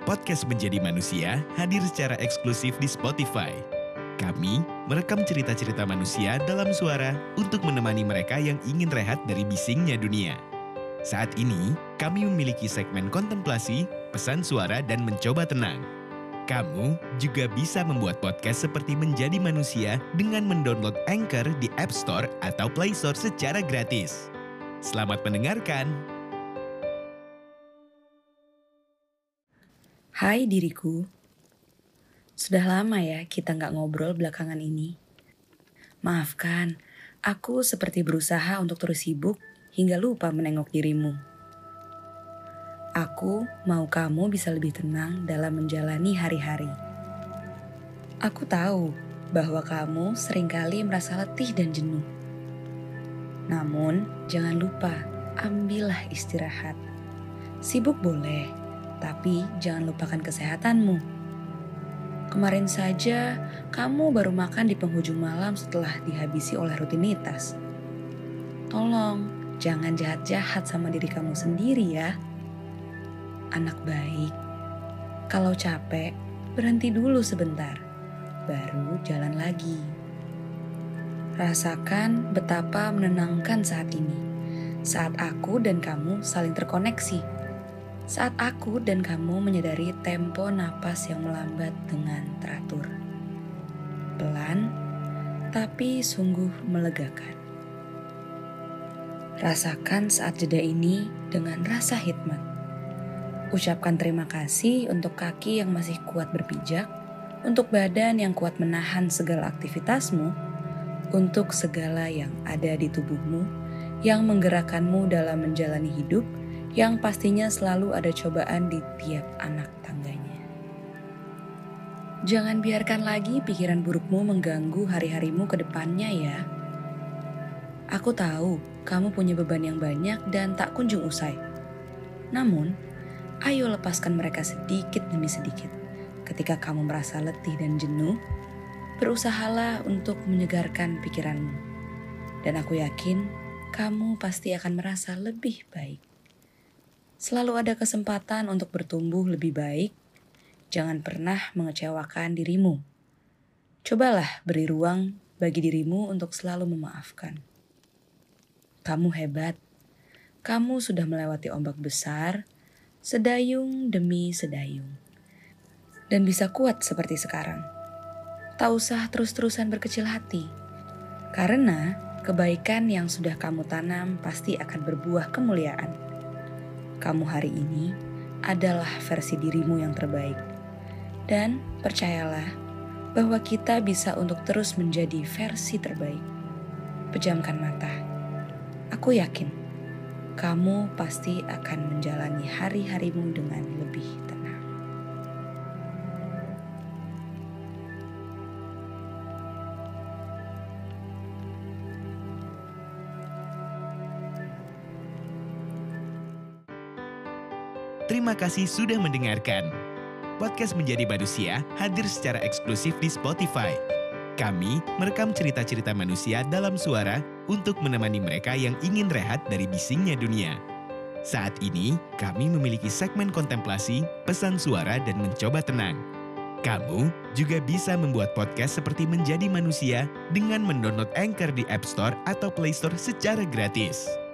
Podcast Menjadi Manusia hadir secara eksklusif di Spotify. Kami merekam cerita-cerita manusia dalam suara untuk menemani mereka yang ingin rehat dari bisingnya dunia. Saat ini, kami memiliki segmen kontemplasi, pesan suara, dan mencoba tenang. Kamu juga bisa membuat podcast seperti Menjadi Manusia dengan mendownload Anchor di App Store atau Play Store secara gratis. Selamat mendengarkan. Hai diriku, sudah lama ya kita nggak ngobrol belakangan ini. Maafkan, aku seperti berusaha untuk terus sibuk hingga lupa menengok dirimu. Aku mau kamu bisa lebih tenang dalam menjalani hari-hari. Aku tahu bahwa kamu seringkali merasa letih dan jenuh. Namun, jangan lupa, ambillah istirahat. Sibuk boleh, tapi jangan lupakan kesehatanmu. Kemarin saja, kamu baru makan di penghujung malam setelah dihabisi oleh rutinitas. Tolong, jangan jahat-jahat sama diri kamu sendiri ya. Anak baik, kalau capek, berhenti dulu sebentar, baru jalan lagi. Rasakan betapa menenangkan saat ini, saat aku dan kamu saling terkoneksi. Saat aku dan kamu menyadari tempo napas yang melambat dengan teratur. Pelan, tapi sungguh melegakan. Rasakan saat jeda ini dengan rasa hikmat. Ucapkan terima kasih untuk kaki yang masih kuat berpijak, untuk badan yang kuat menahan segala aktivitasmu, untuk segala yang ada di tubuhmu, yang menggerakkanmu dalam menjalani hidup, yang pastinya selalu ada cobaan di tiap anak tangganya. Jangan biarkan lagi pikiran burukmu mengganggu hari-harimu ke depannya ya. Aku tahu kamu punya beban yang banyak dan tak kunjung usai. Namun, ayo lepaskan mereka sedikit demi sedikit. Ketika kamu merasa letih dan jenuh, berusahalah untuk menyegarkan pikiranmu. Dan aku yakin kamu pasti akan merasa lebih baik. Selalu ada kesempatan untuk bertumbuh lebih baik. Jangan pernah mengecewakan dirimu. Cobalah beri ruang bagi dirimu untuk selalu memaafkan. Kamu hebat. Kamu sudah melewati ombak besar, sedayung demi sedayung. Dan bisa kuat seperti sekarang. Tak usah terus-terusan berkecil hati. Karena kebaikan yang sudah kamu tanam pasti akan berbuah kemuliaan. Kamu hari ini adalah versi dirimu yang terbaik. Dan percayalah bahwa kita bisa untuk terus menjadi versi terbaik. Pejamkan mata. Aku yakin kamu pasti akan menjalani hari-harimu dengan lebih tenang. Terima kasih sudah mendengarkan. Podcast Menjadi Manusia hadir secara eksklusif di Spotify. Kami merekam cerita-cerita manusia dalam suara untuk menemani mereka yang ingin rehat dari bisingnya dunia. Saat ini, kami memiliki segmen kontemplasi, pesan suara, dan mencoba tenang. Kamu juga bisa membuat podcast seperti Menjadi Manusia dengan mendownload Anchor di App Store atau Play Store secara gratis.